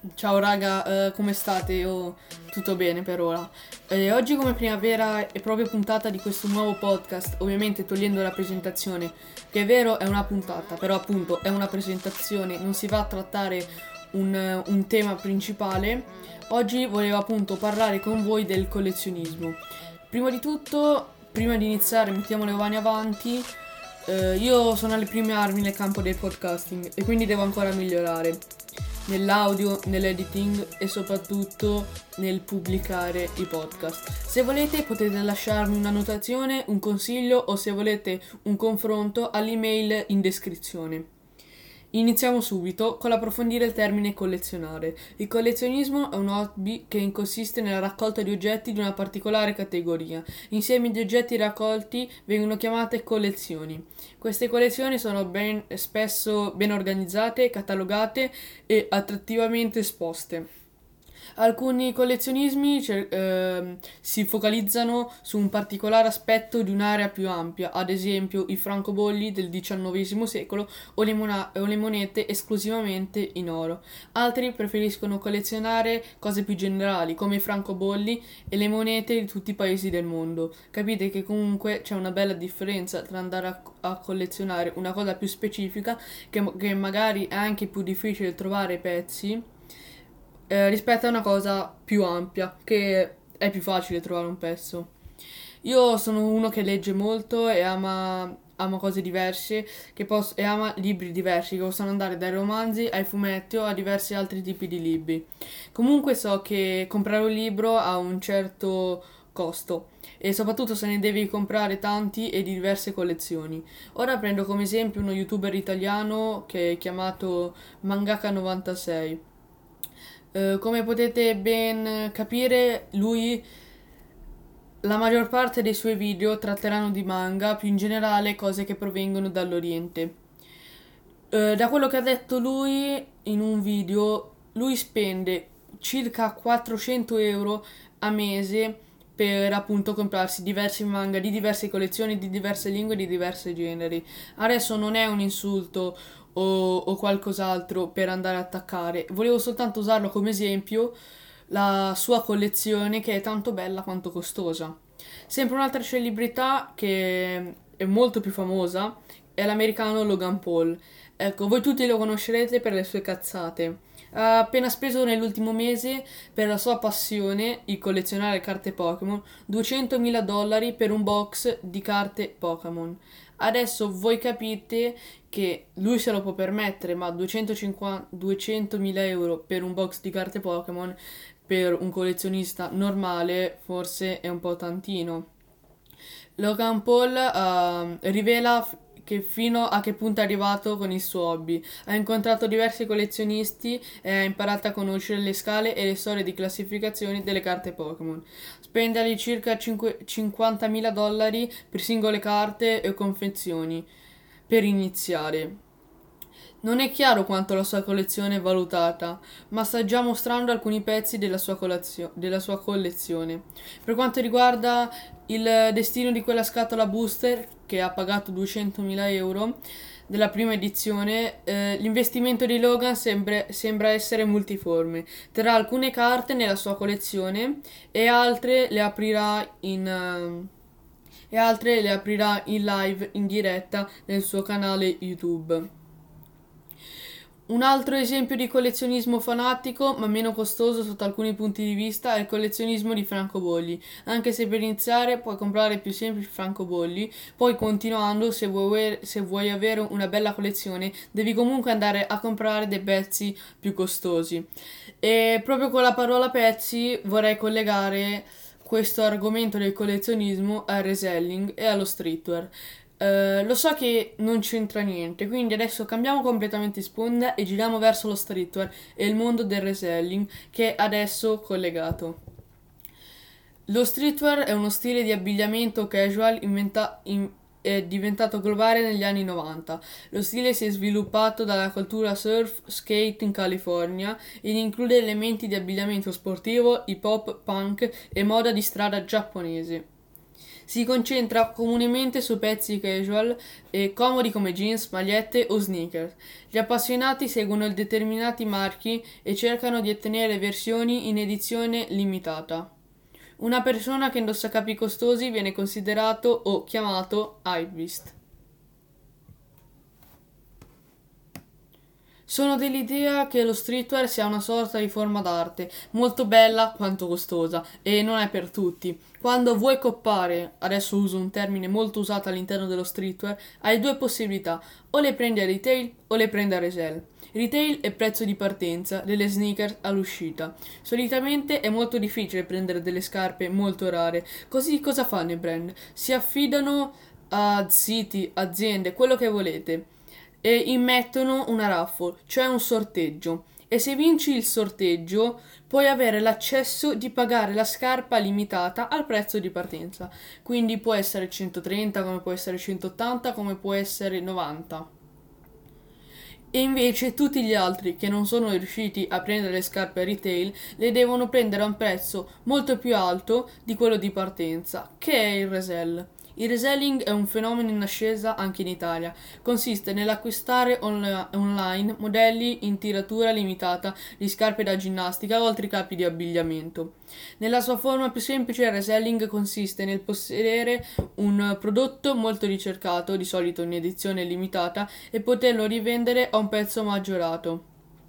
Ciao raga, come state? Io tutto bene per ora. Oggi come primavera è proprio puntata di questo nuovo podcast, ovviamente togliendo la presentazione, che è vero è una puntata, però appunto è una presentazione, non si va a trattare un tema principale. Oggi volevo appunto parlare con voi del collezionismo. Prima di tutto, prima di iniziare, mettiamo le mani avanti. Io sono alle prime armi nel campo del podcasting e quindi devo ancora migliorare nell'audio, nell'editing e soprattutto nel pubblicare i podcast. Se volete potete lasciarmi una notazione, un consiglio o se volete un confronto all'email in descrizione. Iniziamo subito con l'approfondire il termine collezionare. Il collezionismo è un hobby che consiste nella raccolta di oggetti di una particolare categoria. Insiemi di oggetti raccolti vengono chiamate collezioni. Queste collezioni sono spesso ben organizzate, catalogate e attrattivamente esposte. Alcuni collezionismi si focalizzano su un particolare aspetto di un'area più ampia, ad esempio i francobolli del XIX secolo o le monete esclusivamente in oro. Altri preferiscono collezionare cose più generali, come i francobolli e le monete di tutti i paesi del mondo. Capite che comunque c'è una bella differenza tra andare a collezionare una cosa più specifica, che magari è anche più difficile trovare pezzi rispetto a una cosa più ampia, che è più facile trovare un pezzo. Io sono uno che legge molto e ama cose diverse e ama libri diversi che possono andare dai romanzi ai fumetti o a diversi altri tipi di libri. Comunque so che comprare un libro ha un certo costo e soprattutto se ne devi comprare tanti e di diverse collezioni. Ora prendo come esempio uno youtuber italiano che è chiamato Mangaka96. Come potete ben capire, la maggior parte dei suoi video tratteranno di manga, più in generale cose che provengono dall'Oriente. Da quello che ha detto lui in un video, lui spende circa 400 euro a mese per appunto comprarsi diversi manga di diverse collezioni, di diverse lingue, di diversi generi. Adesso non è un insulto o qualcos'altro per andare a attaccare, volevo soltanto usarlo come esempio la sua collezione che è tanto bella quanto costosa. Sempre un'altra celebrità che è molto più famosa è l'americano Logan Paul. Ecco, voi tutti lo conoscerete per le sue cazzate. Ha appena speso nell'ultimo mese per la sua passione, il collezionare carte Pokémon, 200.000 dollari per un box di carte Pokémon. Adesso voi capite che lui se lo può permettere, ma 200.000 euro per un box di carte Pokémon per un collezionista normale forse è un po' tantino. Logan Paul rivela che fino a che punto è arrivato con il suo hobby. Ha incontrato diversi collezionisti e ha imparato a conoscere le scale e le storie di classificazioni delle carte Pokémon. Spende all'incirca 50.000 dollari per singole carte e confezioni per iniziare. Non è chiaro quanto la sua collezione è valutata, ma sta già mostrando alcuni pezzi della sua collezione. Per quanto riguarda il destino di quella scatola booster, che ha pagato 200.000 euro della prima edizione, l'investimento di Logan sembra essere multiforme. Terrà alcune carte nella sua collezione e altre le aprirà in live in diretta nel suo canale YouTube. Un altro esempio di collezionismo fanatico, ma meno costoso sotto alcuni punti di vista, è il collezionismo di francobolli. Anche se per iniziare puoi comprare più semplici francobolli, poi continuando, se vuoi avere una bella collezione, devi comunque andare a comprare dei pezzi più costosi. E proprio con la parola pezzi vorrei collegare questo argomento del collezionismo al reselling e allo streetwear. Lo so che non c'entra niente, quindi adesso cambiamo completamente sponda e giriamo verso lo streetwear e il mondo del reselling che è adesso collegato. Lo streetwear è uno stile di abbigliamento casual è diventato globale negli anni 90. Lo stile si è sviluppato dalla cultura surf skate in California ed include elementi di abbigliamento sportivo, hip hop, punk e moda di strada giapponese. Si concentra comunemente su pezzi casual e comodi come jeans, magliette o sneakers. Gli appassionati seguono determinati marchi e cercano di ottenere versioni in edizione limitata. Una persona che indossa capi costosi viene considerato o chiamato hypebeast. Sono dell'idea che lo streetwear sia una sorta di forma d'arte, molto bella quanto costosa, e non è per tutti. Quando vuoi coppare, adesso uso un termine molto usato all'interno dello streetwear, hai due possibilità, o le prendi a retail o le prendi a resell. Retail è prezzo di partenza delle sneakers all'uscita. Solitamente è molto difficile prendere delle scarpe molto rare. Così cosa fanno i brand? Si affidano a siti, aziende, quello che volete e immettono una raffle, cioè un sorteggio. E se vinci il sorteggio puoi avere l'accesso di pagare la scarpa limitata al prezzo di partenza. Quindi può essere 130, come può essere 180, come può essere 90. E invece tutti gli altri che non sono riusciti a prendere le scarpe retail le devono prendere a un prezzo molto più alto di quello di partenza, che è il resell. Il reselling è un fenomeno in ascesa anche in Italia. Consiste nell'acquistare online modelli in tiratura limitata di scarpe da ginnastica o altri capi di abbigliamento. Nella sua forma più semplice il reselling consiste nel possedere un prodotto molto ricercato, di solito in edizione limitata, e poterlo rivendere a un prezzo maggiorato.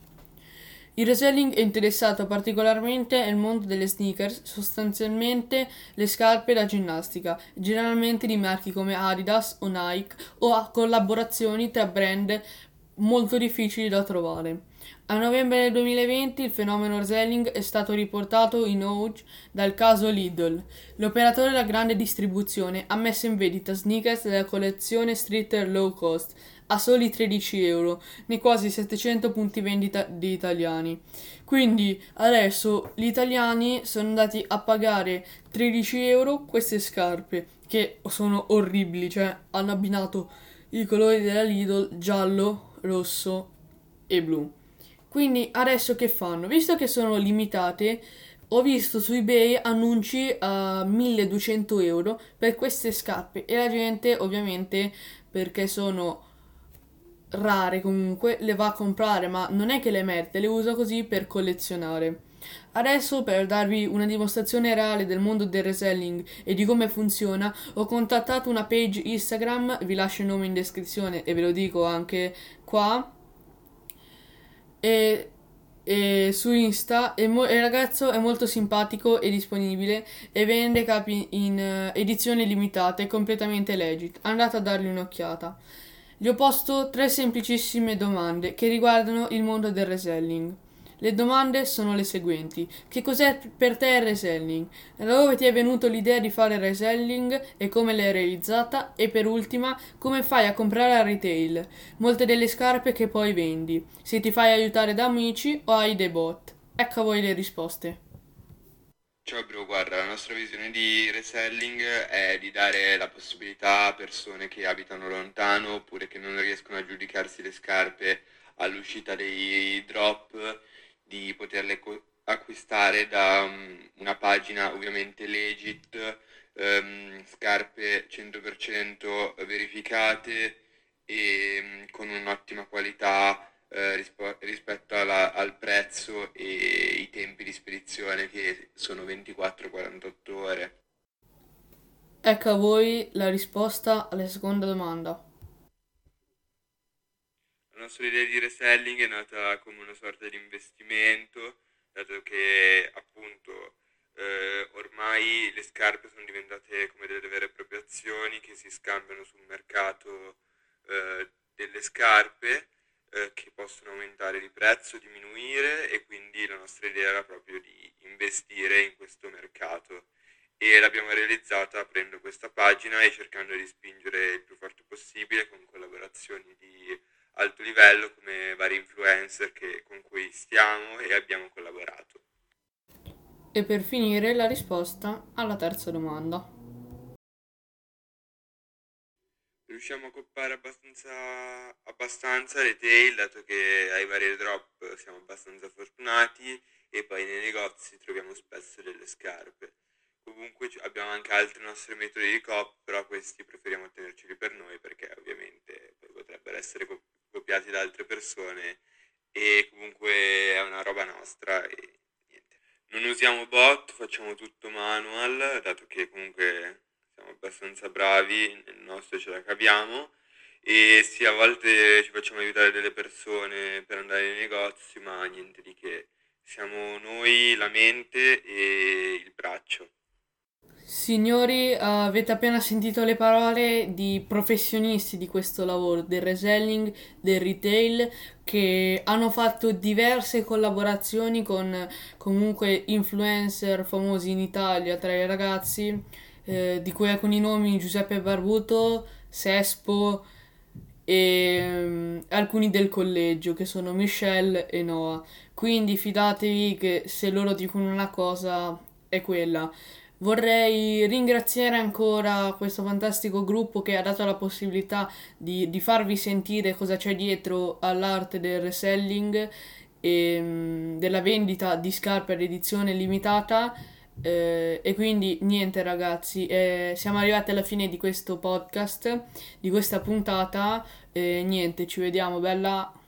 Il reselling è interessato particolarmente nel mondo delle sneakers, sostanzialmente le scarpe da ginnastica, generalmente di marchi come Adidas o Nike o a collaborazioni tra brand molto difficili da trovare. A novembre del 2020 il fenomeno reselling è stato riportato in auge dal caso Lidl. L'operatore della grande distribuzione ha messo in vendita sneakers della collezione streetwear low cost a soli 13 euro nei quasi 700 punti vendita di italiani. Quindi adesso gli italiani sono andati a pagare 13 euro queste scarpe che sono orribili, cioè hanno abbinato i colori della Lidl giallo, rosso e blu. Quindi adesso che fanno? Visto che sono limitate, ho visto su eBay annunci a 1200 euro per queste scarpe e la gente ovviamente perché sono rare comunque le va a comprare, ma non è che le mette, le usa così per collezionare. Adesso per darvi una dimostrazione reale del mondo del reselling e di come funziona, ho contattato una page Instagram, vi lascio il nome in descrizione e ve lo dico anche qua. E, e su Insta il ragazzo è molto simpatico e disponibile e vende capi in edizioni limitate completamente legit. Andate a dargli un'occhiata. Gli ho posto tre semplicissime domande che riguardano il mondo del reselling. Le domande sono le seguenti. Che cos'è per te il reselling? Da dove ti è venuto l'idea di fare reselling e come l'hai realizzata? E per ultima, come fai a comprare a retail molte delle scarpe che poi vendi? Se ti fai aiutare da amici o hai dei bot? Ecco a voi le risposte. Ciao bro, guarda, la nostra visione di reselling è di dare la possibilità a persone che abitano lontano oppure che non riescono a giudicarsi le scarpe all'uscita dei drop, di poterle acquistare da una pagina ovviamente legit, scarpe 100% verificate e con un'ottima qualità rispetto al prezzo e i tempi di spedizione che sono 24-48 ore. Ecco a voi la risposta alla seconda domanda. La nostra idea di reselling è nata come una sorta di investimento, dato che appunto ormai le scarpe sono diventate come delle vere e proprie azioni che si scambiano sul mercato delle scarpe che possono aumentare di prezzo, diminuire e quindi la nostra idea era proprio di investire in questo mercato e l'abbiamo realizzata aprendo questa pagina e cercando di spingere il più forte possibile con collaborazioni di alto livello come vari influencer con cui stiamo e abbiamo collaborato. E per finire la risposta alla terza domanda. Riusciamo a coppare abbastanza retail, dato che ai vari drop siamo abbastanza fortunati e poi nei negozi troviamo spesso delle scarpe. Comunque abbiamo anche altri nostri metodi di copy, però questi preferiamo tenerceli per noi perché ovviamente poi potrebbero essere copiati da altre persone e comunque è una roba nostra e niente. Non usiamo bot, facciamo tutto manual, dato che comunque siamo abbastanza bravi, nel nostro ce la caviamo e sì, a volte ci facciamo aiutare delle persone per andare nei negozi, ma niente di che. Siamo noi, la mente e il braccio. Signori, avete appena sentito le parole di professionisti di questo lavoro, del reselling, del retail, che hanno fatto diverse collaborazioni con comunque influencer famosi in Italia tra i ragazzi, di cui alcuni nomi Giuseppe Barbuto, Sespo e alcuni del collegio che sono Michelle e Noah. Quindi fidatevi che se loro dicono una cosa è quella. Vorrei ringraziare ancora questo fantastico gruppo che ha dato la possibilità di farvi sentire cosa c'è dietro all'arte del reselling e della vendita di scarpe ad edizione limitata. E quindi niente ragazzi, siamo arrivati alla fine di questo podcast, di questa puntata. E niente, ci vediamo, bella.